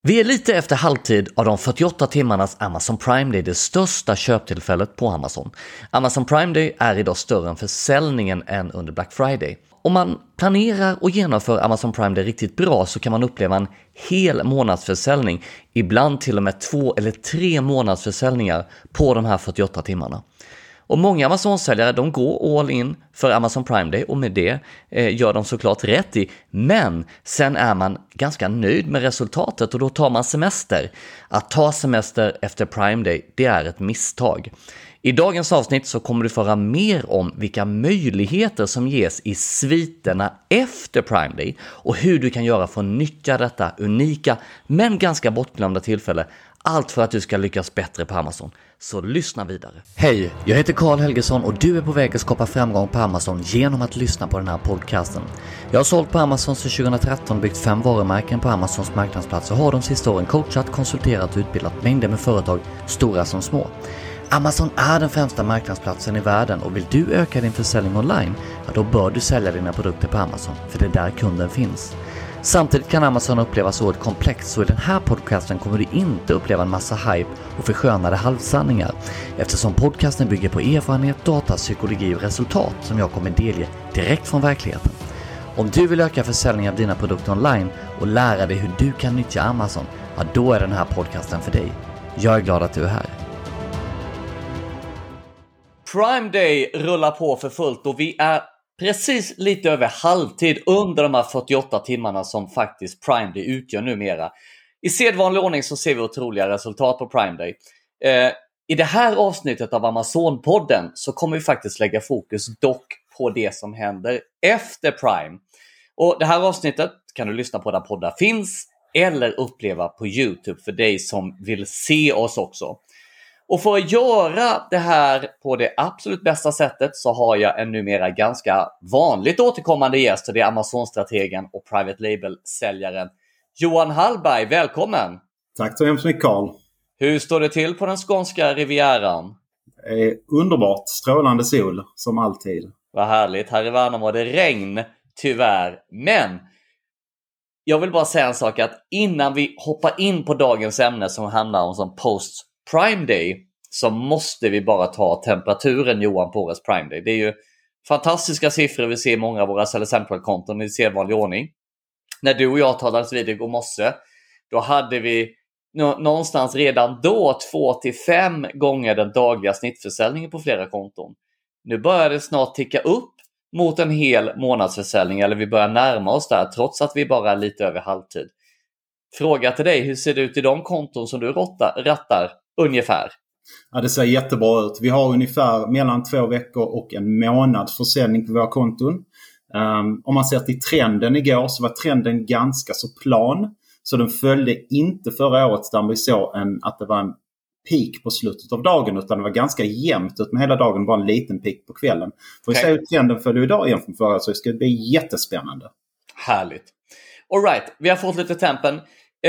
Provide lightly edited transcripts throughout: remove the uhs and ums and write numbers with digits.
Vi är lite efter halvtid av de 48 timmarnas Amazon Prime Day, det största köptillfället på Amazon. Amazon Prime Day är idag större än försäljningen än under Black Friday. Om man planerar och genomför Amazon Prime Day riktigt bra så kan man uppleva en hel månadsförsäljning, ibland till och med 2 eller 3 månadsförsäljningar på de här 48 timmarna. Och många Amazon-säljare de går all in för Amazon Prime Day och med det gör de såklart rätt i. Men sen är man ganska nöjd med resultatet och då tar man semester. Att ta semester efter Prime Day, det är ett misstag. I dagens avsnitt så kommer du få höra mer om vilka möjligheter som ges i sviterna efter Prime Day och hur du kan göra för att nyttja detta unika men ganska bortglömda tillfälle. Allt för att du ska lyckas bättre på Amazon. Så lyssna vidare. Hej, jag heter Carl Helgesson och du är på väg att skapa framgång på Amazon genom att lyssna på den här podcasten. Jag har sålt på Amazon sedan 2013 och byggt 5 varumärken på Amazons marknadsplats och har de sista åren coachat, konsulterat och utbildat mängder med företag, stora som små. Amazon är den främsta marknadsplatsen i världen och vill du öka din försäljning online, ja, då bör du sälja dina produkter på Amazon, för det är där kunden finns. Samtidigt kan Amazon upplevas oerhört komplext, så i den här podcasten kommer du inte uppleva en massa hype och förskönade halvsanningar, eftersom podcasten bygger på erfarenhet, data, psykologi och resultat som jag kommer delge direkt från verkligheten. Om du vill öka försäljning av dina produkter online och lära dig hur du kan nyttja Amazon, ja, då är den här podcasten för dig. Jag är glad att du är här. Prime Day rullar på för fullt och vi är precis lite över halvtid under de här 48 timmarna som faktiskt Prime Day utgör numera. I sedvanlig ordning så ser vi otroliga resultat på Prime Day. I det här avsnittet av Amazon-podden så kommer vi faktiskt lägga fokus dock på det som händer efter Prime. Och det här avsnittet kan du lyssna på där poddar finns eller uppleva på YouTube för dig som vill se oss också. Och för att göra det här på det absolut bästa sättet så har jag en numera ganska vanligt återkommande gäst, och det är Amazon-strategen och private label-säljaren Johan Hallberg. Välkommen! Tack så hemskt mycket, Carl. Hur står det till på den skånska rivieran? Underbart, strålande sol som alltid. Vad härligt, här i Värnamo var det regn tyvärr, men jag vill bara säga en sak, att innan vi hoppar in på dagens ämne som handlar om som post Prime Day så måste vi bara ta temperaturen, Johan, på årets Prime Day. Det är ju fantastiska siffror vi ser i många av våra Seller Central-konton i sedvanlig ordning. När du och jag talades vid igår morse, då hade vi någonstans redan då 2-5 gånger den dagliga snittförsäljningen på flera konton. Nu börjar det snart ticka upp mot en hel månadsförsäljning, eller vi börjar närma oss där trots att vi bara är lite över halvtid. Fråga till dig, hur ser det ut i de konton som du rattar ungefär? Ja, det ser jättebra ut. Vi har ungefär mellan 2 veckor och en månads försäljning på våra konton. Om man ser till trenden igår så var trenden ganska så plan. Så den följde inte förra året där vi såg att det var en peak på slutet av dagen, utan det var ganska jämnt ut med hela dagen, bara en liten peak på kvällen. Får vi se hur trenden följer idag igen från förra, så det ska bli jättespännande. Härligt. All right, vi har fått lite tempen.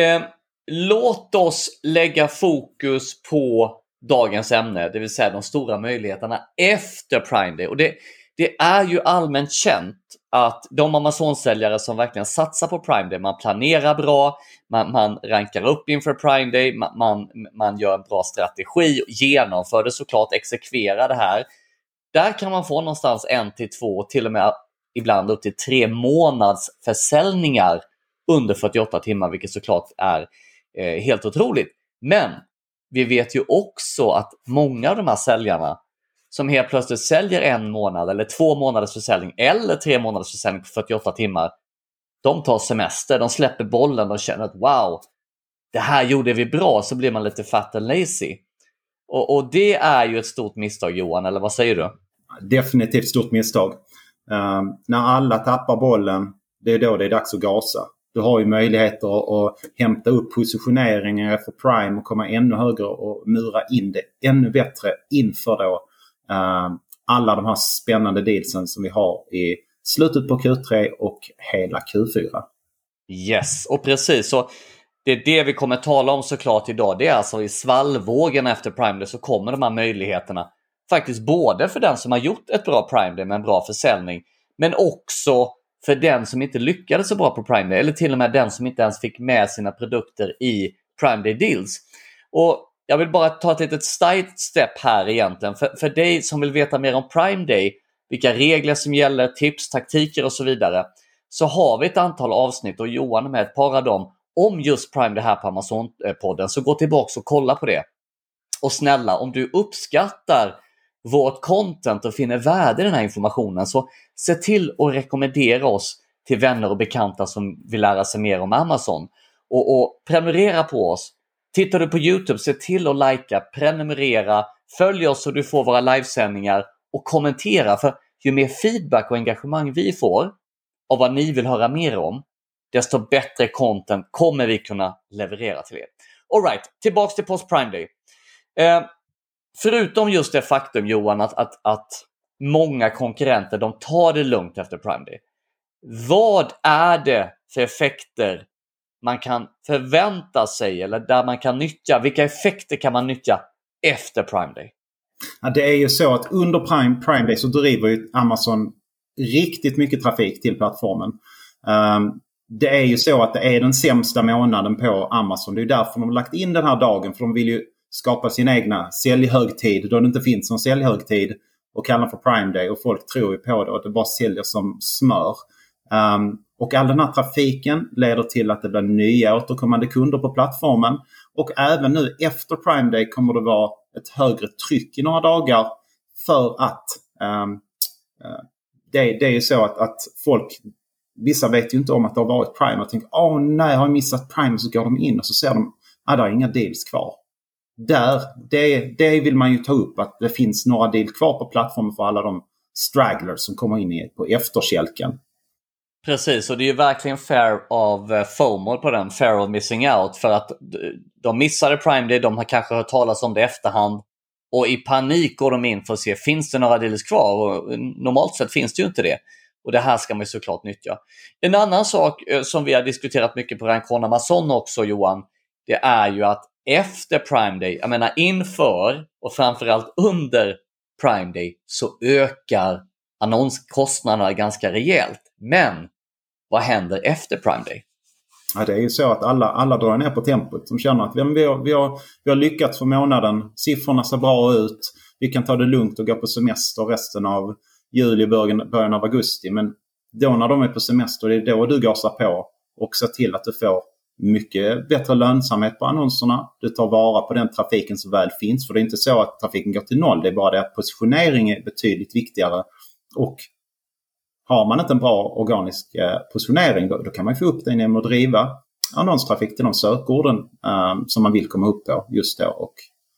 Låt oss lägga fokus på dagens ämne, det vill säga de stora möjligheterna efter Prime Day. Och det är ju allmänt känt att de Amazon-säljare som verkligen satsar på Prime Day, man planerar bra, man rankar upp inför Prime Day, man gör en bra strategi, genomför det såklart, exekverar det här. Där kan man få någonstans 1-2, till och med ibland upp till 3 månads försäljningar under 48 timmar, vilket såklart är helt otroligt. Men vi vet ju också att många av de här säljarna som helt plötsligt säljer 1 månad eller 2 månaders försäljning eller 3 månaders försäljning på 48 timmar, de tar semester, de släpper bollen, de känner att wow, det här gjorde vi bra, så blir man lite fat and lazy. Och det är ju ett stort misstag, Johan, eller vad säger du? Definitivt stort misstag. När alla tappar bollen, det är då det är dags att gasa. Du har ju möjligheter att hämta upp positioneringar för Prime och komma ännu högre och mura in det ännu bättre inför då alla de här spännande dealsen som vi har i slutet på Q3 och hela Q4. Yes, och precis. Så det är det vi kommer tala om såklart idag. Det är alltså i svallvågen efter Prime Day så kommer de här möjligheterna faktiskt både för den som har gjort ett bra Prime Day med en bra försäljning, men också för den som inte lyckades så bra på Prime Day, eller till och med den som inte ens fick med sina produkter i Prime Day Deals. Och jag vill bara ta ett litet sidestep här egentligen. För dig som vill veta mer om Prime Day, vilka regler som gäller, tips, taktiker och så vidare, så har vi ett antal avsnitt, och Johan är med ett par av dem, om just Prime Day här på Amazon-podden. Så gå tillbaka och kolla på det. Och snälla, om du uppskattar vårt content och finner värde i den här informationen, så se till att rekommendera oss till vänner och bekanta som vill lära sig mer om Amazon. Och prenumerera på oss. Tittar du på YouTube, se till att likea, prenumerera, följ oss så du får våra livesändningar och kommentera. För ju mer feedback och engagemang vi får av vad ni vill höra mer om, desto bättre content kommer vi kunna leverera till er. All right, tillbaks till Post Prime Day. Förutom just det faktum, Johan, att många konkurrenter, de tar det lugnt efter Prime Day. Vad är det för effekter man kan förvänta sig, eller där man kan nyttja? Vilka effekter kan man nyttja efter Prime Day? Ja, det är ju så att under Prime Day så driver ju Amazon riktigt mycket trafik till plattformen. Det är ju så att det är den sämsta månaden på Amazon. Det är därför de har lagt in den här dagen, för de vill ju skapa sin egna säljhögtid då det inte finns någon säljhögtid, och kallar för Prime Day, och folk tror ju på det och det bara säljer som smör. Och all den här trafiken leder till att det blir nya återkommande kunder på plattformen, och även nu efter Prime Day kommer det vara ett högre tryck i några dagar, för att det är ju så att folk, vissa vet ju inte om att det har varit Prime och tänker, nej, har jag missat Prime, så går de in och så ser de, det är inga deals kvar. Det vill man ju ta upp, att det finns några deals kvar på plattformen för alla de stragglers som kommer in på efterkälken. Precis, och det är ju verkligen fair av FOMO på den, fair of missing out, för att de missade Prime Day, de har kanske hört talas om det i efterhand, och i panik går de in för att se, finns det några deals kvar? Och normalt sett finns det ju inte det. Och det här ska man ju såklart nyttja. En annan sak som vi har diskuterat mycket på Rankon Amazon också, Johan, det är ju att efter Prime Day, jag menar inför och framförallt under Prime Day, så ökar annonskostnaderna ganska rejält. Men vad händer efter Prime Day? Ja, det är ju så att alla drar ner på tempot. Som känner att vi har lyckats för månaden. Siffrorna ser bra ut. Vi kan ta det lugnt och gå på semester resten av juli, början av augusti. Men då när de är på semester, det är då du gasar på och ser till att du får mycket bättre lönsamhet på annonserna. Du tar vara på den trafiken som väl finns. För det är inte så att trafiken går till noll. Det är bara det att positionering är betydligt viktigare. Och har man inte en bra organisk positionering, då kan man få upp den genom att driva annonstrafik till de sökorden som man vill komma upp på just då. Och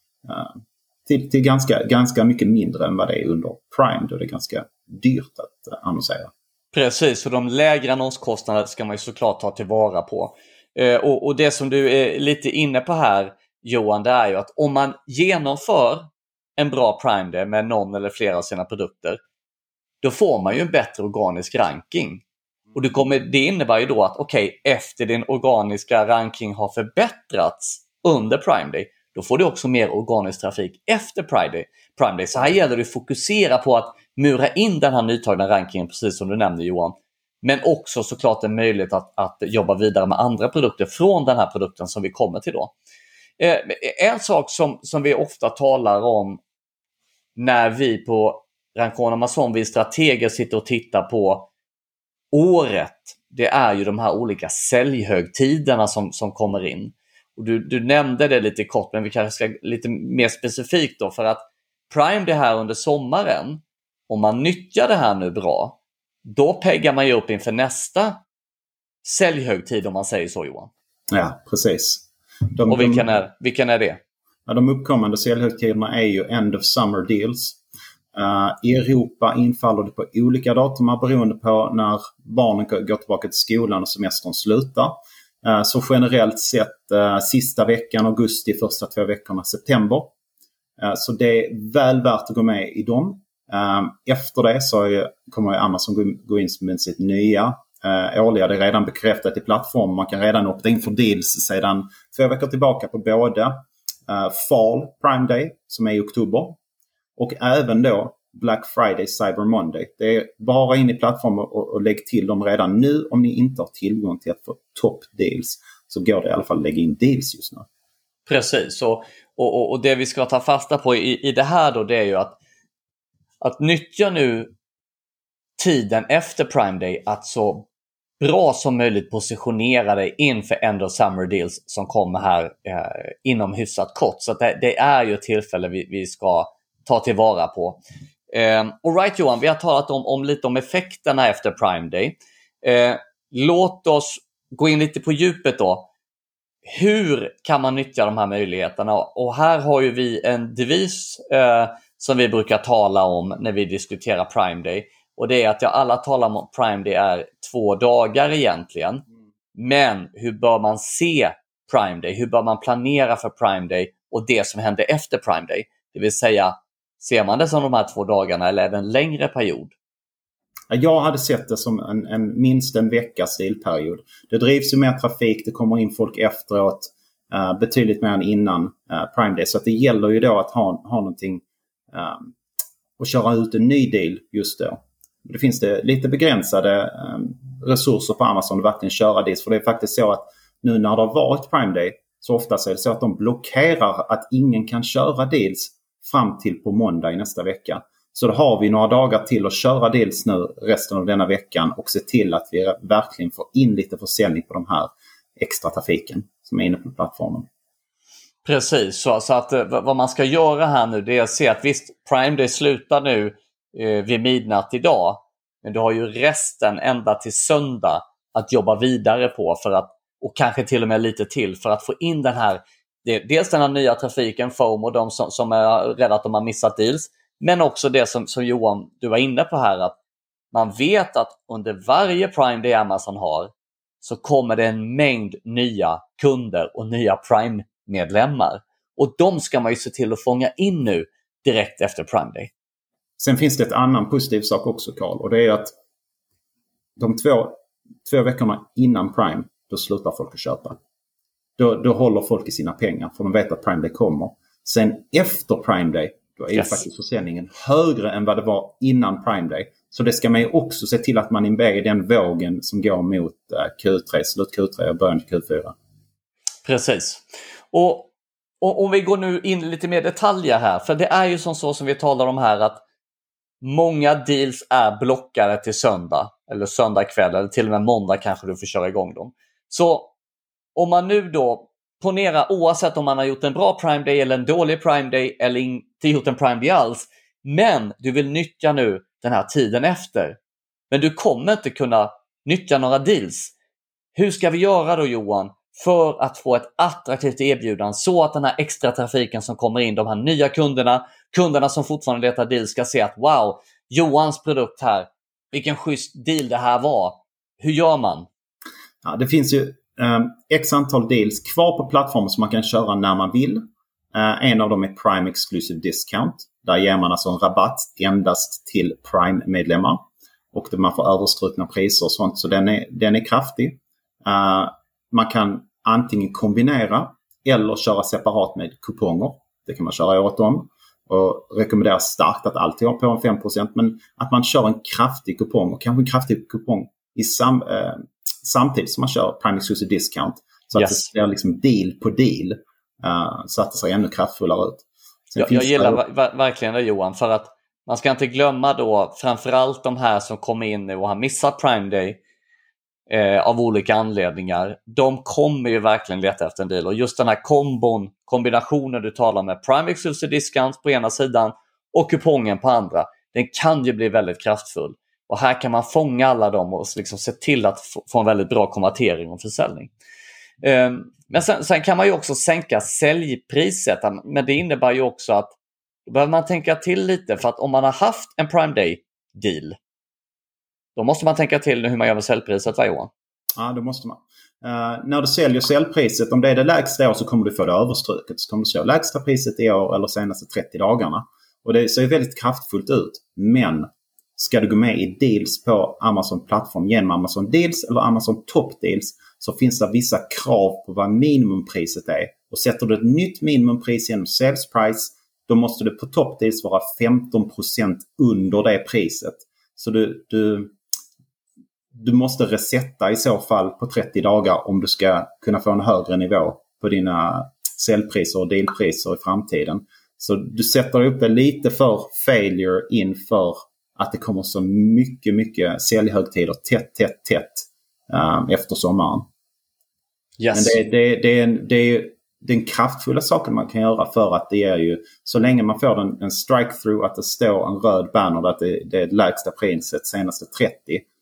till ganska mycket mindre än vad det är under Prime, då det är ganska dyrt att annonsera. Precis, så de lägre annonskostnader ska man ju såklart ta tillvara på. Och det som du är lite inne på här, Johan, det är ju att om man genomför en bra Prime Day med någon eller flera av sina produkter, då får man ju en bättre organisk ranking. Och det innebär ju då att efter din organiska ranking har förbättrats under Prime Day, då får du också mer organisk trafik efter Prime Day. Så här gäller det att fokusera på att mura in den här nytagna rankingen, precis som du nämnde, Johan. Men också såklart en möjlighet att jobba vidare med andra produkter från den här produkten som vi kommer till då. En sak som vi ofta talar om när vi på Rankon Amazon, vi strateger sitter och tittar på året, det är ju de här olika säljhögtiderna som kommer in. Och du nämnde det lite kort, men vi kanske ska lite mer specifikt då, för att Prime det här under sommaren, om man nyttjar det här nu bra, då peggar man ju upp inför nästa säljhögtid, om man säger så, Johan. Ja, precis. Och vilken är det? Ja, de uppkommande säljhögtiderna är ju End of Summer Deals. I Europa infaller det på olika datum beroende på när barnen går tillbaka till skolan och semestern slutar. Så generellt sett sista veckan augusti, första 2 veckorna september. Så det är väl värt att gå med i dem. Efter det så kommer Amazon gå in med sitt nya årliga. Det är redan bekräftat i plattformen. Man kan redan opta in för deals sedan 2 veckor tillbaka på både Fall Prime Day som är i oktober, och även då Black Friday, Cyber Monday. Det är bara in i plattformen och lägg till dem redan nu. Om ni inte har tillgång till att få top deals så går det i alla fall att lägga in deals just nu. Precis, och det vi ska ta fasta på i det här då, det är ju att nyttja nu tiden efter Prime Day att så bra som möjligt positionera dig inför End of Summer Deals som kommer här inom hyfsat kort. Så att det är ju ett tillfälle vi ska ta tillvara på. All right Johan, vi har talat lite om effekterna efter Prime Day. Låt oss gå in lite på djupet då. Hur kan man nyttja de här möjligheterna? Och här har ju vi en devis som vi brukar tala om när vi diskuterar Prime Day. Och det är att alla talar om att Prime Day är 2 dagar egentligen. Men hur bör man se Prime Day? Hur bör man planera för Prime Day och det som händer efter Prime Day? Det vill säga, ser man det som de här 2 dagarna eller är det en längre period? Jag hade sett det som minst en veckas stilperiod. Det drivs ju mer trafik, det kommer in folk efteråt betydligt mer än innan Prime Day. Så att det gäller ju då att ha någonting och köra ut en ny deal just då. Det finns det lite begränsade resurser på Amazon att verkligen köra deals. För det är faktiskt så att nu när det har varit Prime Day så ofta så är det så att de blockerar att ingen kan köra deals fram till på måndag i nästa vecka. Så då har vi några dagar till att köra deals nu resten av denna veckan och se till att vi verkligen får in lite försäljning på de här extra trafiken som är inne på plattformen. Precis, så att vad man ska göra här nu det är att se att visst, Prime Day slutar nu vid midnatt idag, men du har ju resten ända till söndag att jobba vidare på för att, och kanske till och med lite till för att få in den här, dels den här nya trafiken, FOMO, de som är rädda att de har missat deals, men också det som Johan, du var inne på här, att man vet att under varje Prime Day Amazon har så kommer det en mängd nya kunder och nya Prime-medlemmar. Och de ska man ju se till att fånga in nu direkt efter Prime Day. Sen finns det ett annan positiv sak också, Carl. Och det är att de två veckorna innan Prime, då slutar folk att köpa. Då håller folk i sina pengar för de vet att Prime Day kommer. Sen efter Prime Day, då är ju faktiskt försäljningen högre än vad det var innan Prime Day. Så det ska man ju också se till att man är med i den vågen som går mot Q3, slut Q3 och början till Q4. Precis. Och om vi går nu in lite mer detaljer här, för det är ju som vi talar om här att många deals är blockade till söndag eller söndag kväll eller till och med måndag kanske du får köra igång dem. Så om man nu då ponera, oavsett om man har gjort en bra Prime Day eller en dålig Prime Day eller inte gjort en Prime Day alls, men du vill nyttja nu den här tiden efter, men du kommer inte kunna nyttja några deals. Hur ska vi göra då, Johan, för att få ett attraktivt erbjudande så att den här extra trafiken som kommer in, de här nya kunderna som fortfarande letar deals ska se att wow, Johans produkt här, vilken schysst deal det här var. Hur gör man? Ja, det finns ju x antal deals kvar på plattformen som man kan köra när man vill. En av dem är Prime Exclusive Discount. Där ger man alltså en rabatt endast till Prime-medlemmar. Och man får överstrukna priser och sånt. Så den är kraftig. Man kan antingen kombinera eller köra separat med kuponger. Det kan man köra åt dem. Och rekommenderar starkt att alltid ha på en 5%. Men att man kör en kraftig kupong och kanske en kraftig kupong samtidigt som man kör Prime Exclusive Discount. Så att det är liksom deal på deal. Så att det ser ännu kraftfullare ut. Jag gillar verkligen det, Johan, för att man ska inte glömma då framförallt de här som kommer in nu och har missat Prime Day av olika anledningar. De kommer ju verkligen leta efter en deal. Och just den här kombinationen du talar med, Prime Exclusive Discount på ena sidan och kupongen på andra, den kan ju bli väldigt kraftfull. Och här kan man fånga alla dem och liksom se till att få en väldigt bra konvertering och försäljning. Men sen kan man ju också sänka säljpriset. Men det innebär ju också att då behöver man tänka till lite. För att om man har haft en Prime Day deal, då måste man tänka till hur man gör med säljpriset, va, Johan? Ja, det måste man. När du säljer säljpriset, om det är det lägsta år så kommer du få det överstruket. Så kommer du köra lägsta priset i år eller senaste 30 dagarna. Och det ser väldigt kraftfullt ut. Men ska du gå med i deals på Amazon-plattform genom Amazon Deals eller Amazon Top Deals, så finns det vissa krav på vad minimumpriset är. Och sätter du ett nytt minimumpris genom sales price då måste det på top deals vara 15% under det priset. Så du måste resetta i så fall på 30 dagar om du ska kunna få en högre nivå på dina säljpriser och dealpriser i framtiden. Så du sätter upp det lite för failure inför att det kommer så mycket säljhögtider tätt efter sommaren. Yes. Men det är den kraftfulla saken man kan göra, för att det är ju, så länge man får en strike-through, att det står en röd banner att det är lägsta priset senaste 30,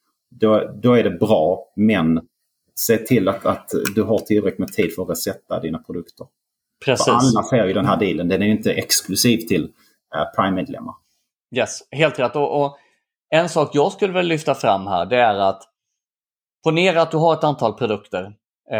då är det bra, men se till att du har tillräckligt med tid för att resetta dina produkter. Precis. För alla ser ju den här dealen, den är ju inte exklusiv till Prime-medlemmar. Yes, helt rätt. Och en sak jag skulle vilja lyfta fram här, det är att ponera att du har ett antal produkter.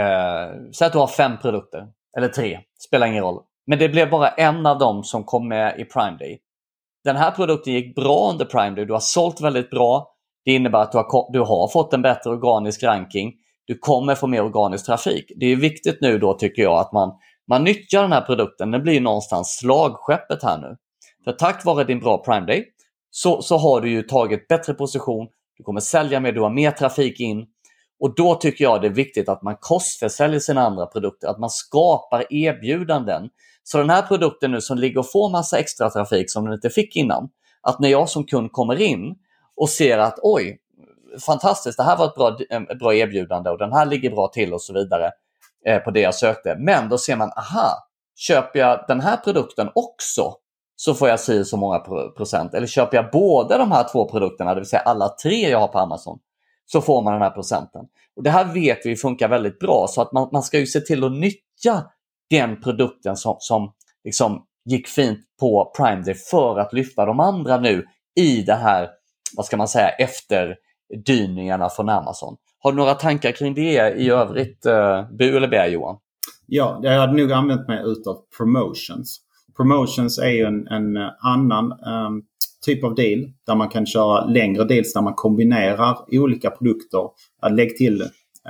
Säg att du har 5 produkter, eller 3, spelar ingen roll. Men det blev bara en av dem som kom med i Prime Day. Den här produkten gick bra under Prime Day, du har sålt väldigt bra. Det innebär att du har fått en bättre organisk ranking. Du kommer få mer organisk trafik. Det är viktigt nu då, tycker jag, att man nyttjar den här produkten. Den blir ju någonstans slagskeppet här nu. För tack vare din bra Prime Day så har du ju tagit bättre position. Du kommer sälja mer, du har mer trafik in. Och då tycker jag det är viktigt att man korsförsäljer sina andra produkter. Att man skapar erbjudanden. Så den här produkten nu som ligger och får massa extra trafik som den inte fick innan. Att när jag som kund kommer in och ser att oj, fantastiskt, det här var ett bra erbjudande och den här ligger bra till och så vidare på det jag sökte. Men då ser man, köper jag den här produkten också så får jag så många procent. Eller köper jag båda de här 2 produkterna, det vill säga alla 3 jag har på Amazon, så får man den här procenten. Och det här vet vi funkar väldigt bra, så att man ska ju se till att nyttja den produkten som liksom gick fint på Prime Day för att lyfta de andra nu i det här, vad ska man säga, efterdyningarna från Amazon. Har du några tankar kring det i övrigt, bu eller bä, Johan? Ja, jag hade nog använt mig utav promotions. Promotions är ju en annan typ av deal där man kan köra längre deals där man kombinerar olika produkter. Lägg till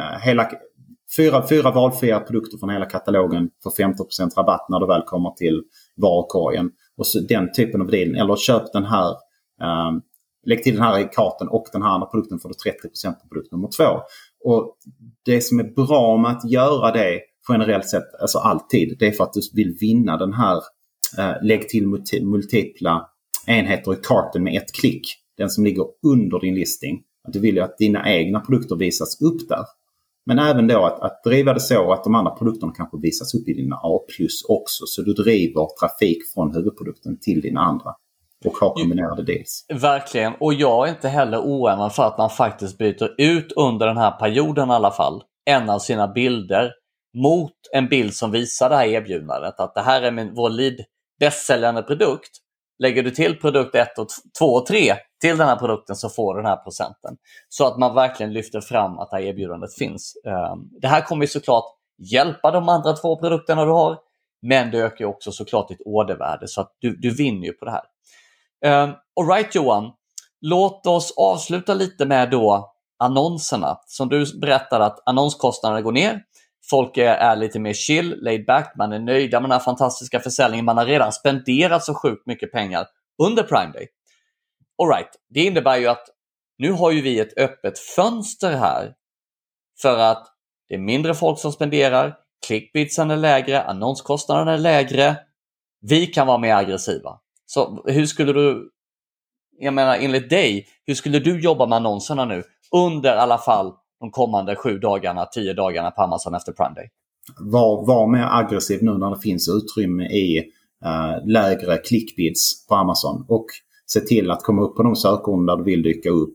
fyra valfria produkter från hela katalogen för 15% rabatt när du väl kommer till varukorgen. Och så den typen av deal. Eller köp den här, lägg till den här i karten och den här andra produkten får du 30% på produkt nummer 2. Och det som är bra med att göra det generellt sett, alltså alltid, det är för att du vill vinna den här lägg till multipla enheter i karten med ett klick. Den som ligger under din listing. Att du vill ju att dina egna produkter visas upp där. Men även då att driva det så att de andra produkterna kanske visas upp i dina A+ också. Så du driver trafik från huvudprodukten till dina andra. Och har kombinerade deals. Verkligen. Och jag är inte heller oämnad för att man faktiskt byter ut under den här perioden i alla fall en av sina bilder mot en bild som visar det här erbjudandet. Att det här är vår lead bästsäljande produkt. Lägger du till produkt 1, 2 och 3 till den här produkten så får du den här procenten. Så att man verkligen lyfter fram att det här erbjudandet finns. Det här kommer ju såklart hjälpa de andra 2 produkterna du har. Men det ökar ju också såklart ditt ordervärde så att du vinner ju på det här. All right, Johan, låt oss avsluta lite med då annonserna. Som du berättade att annonskostnaderna går ner. Folk är lite mer chill, laid back, man är nöjda med den här fantastiska försäljningen. Man har redan spenderat så sjukt mycket pengar under Prime Day. All right, det innebär ju att nu har ju vi ett öppet fönster här. För att det är mindre folk som spenderar, clickbitsen är lägre, annonskostnaderna är lägre. Vi kan vara mer aggressiva. Så hur skulle du, jag menar enligt dig, hur skulle du jobba med annonserna nu under i alla fall de kommande 7 dagarna, 10 dagarna på Amazon efter Prime Day? Var mer aggressiv nu när det finns utrymme i lägre clickbids på Amazon. Och se till att komma upp på de sökord där du vill dyka upp.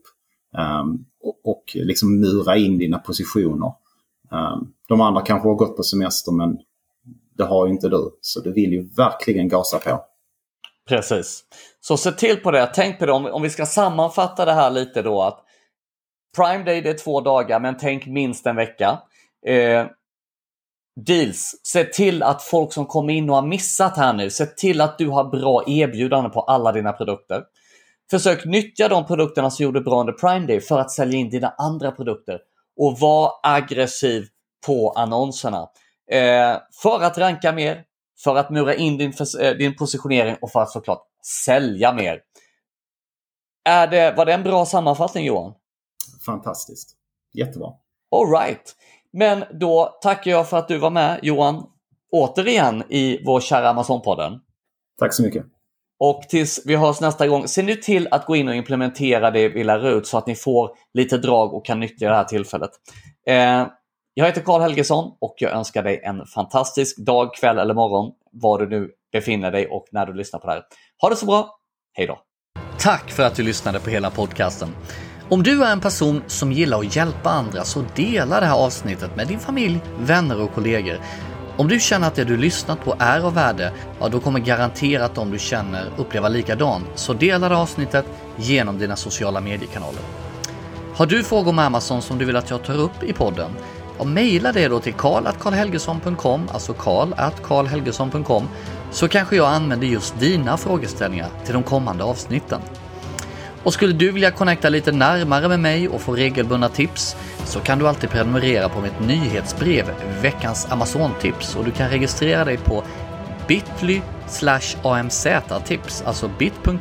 Och liksom mura in dina positioner. De andra kanske har gått på semester, men det har ju inte du. Så du vill ju verkligen gasa på. Precis. Så se till på det. Tänk på det. Om vi ska sammanfatta det här lite då. Att Prime Day det är 2 dagar, men tänk minst en vecka. Deals. Se till att folk som kommer in och har missat här nu. Se till att du har bra erbjudanden på alla dina produkter. Försök nyttja de produkterna som gjorde bra under Prime Day för att sälja in dina andra produkter. Och var aggressiv på annonserna. För att ranka mer. för att mura in din positionering och för att såklart sälja mer. Var det en bra sammanfattning, Johan? Fantastiskt. Jättebra. All right. Men då tackar jag för att du var med, Johan, återigen i vår kära Amazon-podden. Tack så mycket. Och tills vi hörs nästa gång, se nu till att gå in och implementera det vi lär ut så att ni får lite drag och kan nyttja det här tillfället. Jag heter Carl Helgesson och jag önskar dig en fantastisk dag, kväll eller morgon, var du nu befinner dig och när du lyssnar på det här. Ha det så bra. Hej då. Tack för att du lyssnade på hela podcasten. Om du är en person som gillar att hjälpa andra, så dela det här avsnittet med din familj, vänner och kollegor. Om du känner att det du lyssnat på är av värde, ja, då kommer garanterat de du känner uppleva likadant. Så dela det avsnittet genom dina sociala mediekanaler. Har du frågor om Amazon som du vill att jag tar upp i podden? Ja, mejla det då till carl@carlhelgesson.com, alltså carl@carlhelgesson.com, så kanske jag använder just dina frågeställningar till de kommande avsnitten. Och skulle du vilja connecta lite närmare med mig och få regelbundna tips, så kan du alltid prenumerera på mitt nyhetsbrev, veckans Amazon-tips, och du kan registrera dig på bit.ly/amz-tips, alltså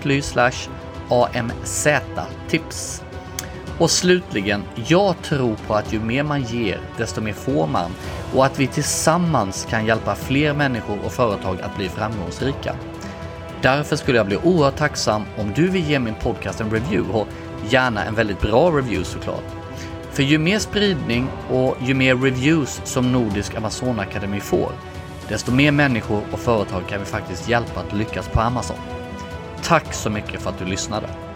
bit.ly/amz-tips. Och slutligen, jag tror på att ju mer man ger, desto mer får man, och att vi tillsammans kan hjälpa fler människor och företag att bli framgångsrika. Därför skulle jag bli oerhört tacksam om du vill ge min podcast en review, och gärna en väldigt bra review såklart. För ju mer spridning och ju mer reviews som Nordisk Amazon Akademi får, desto mer människor och företag kan vi faktiskt hjälpa att lyckas på Amazon. Tack så mycket för att du lyssnade.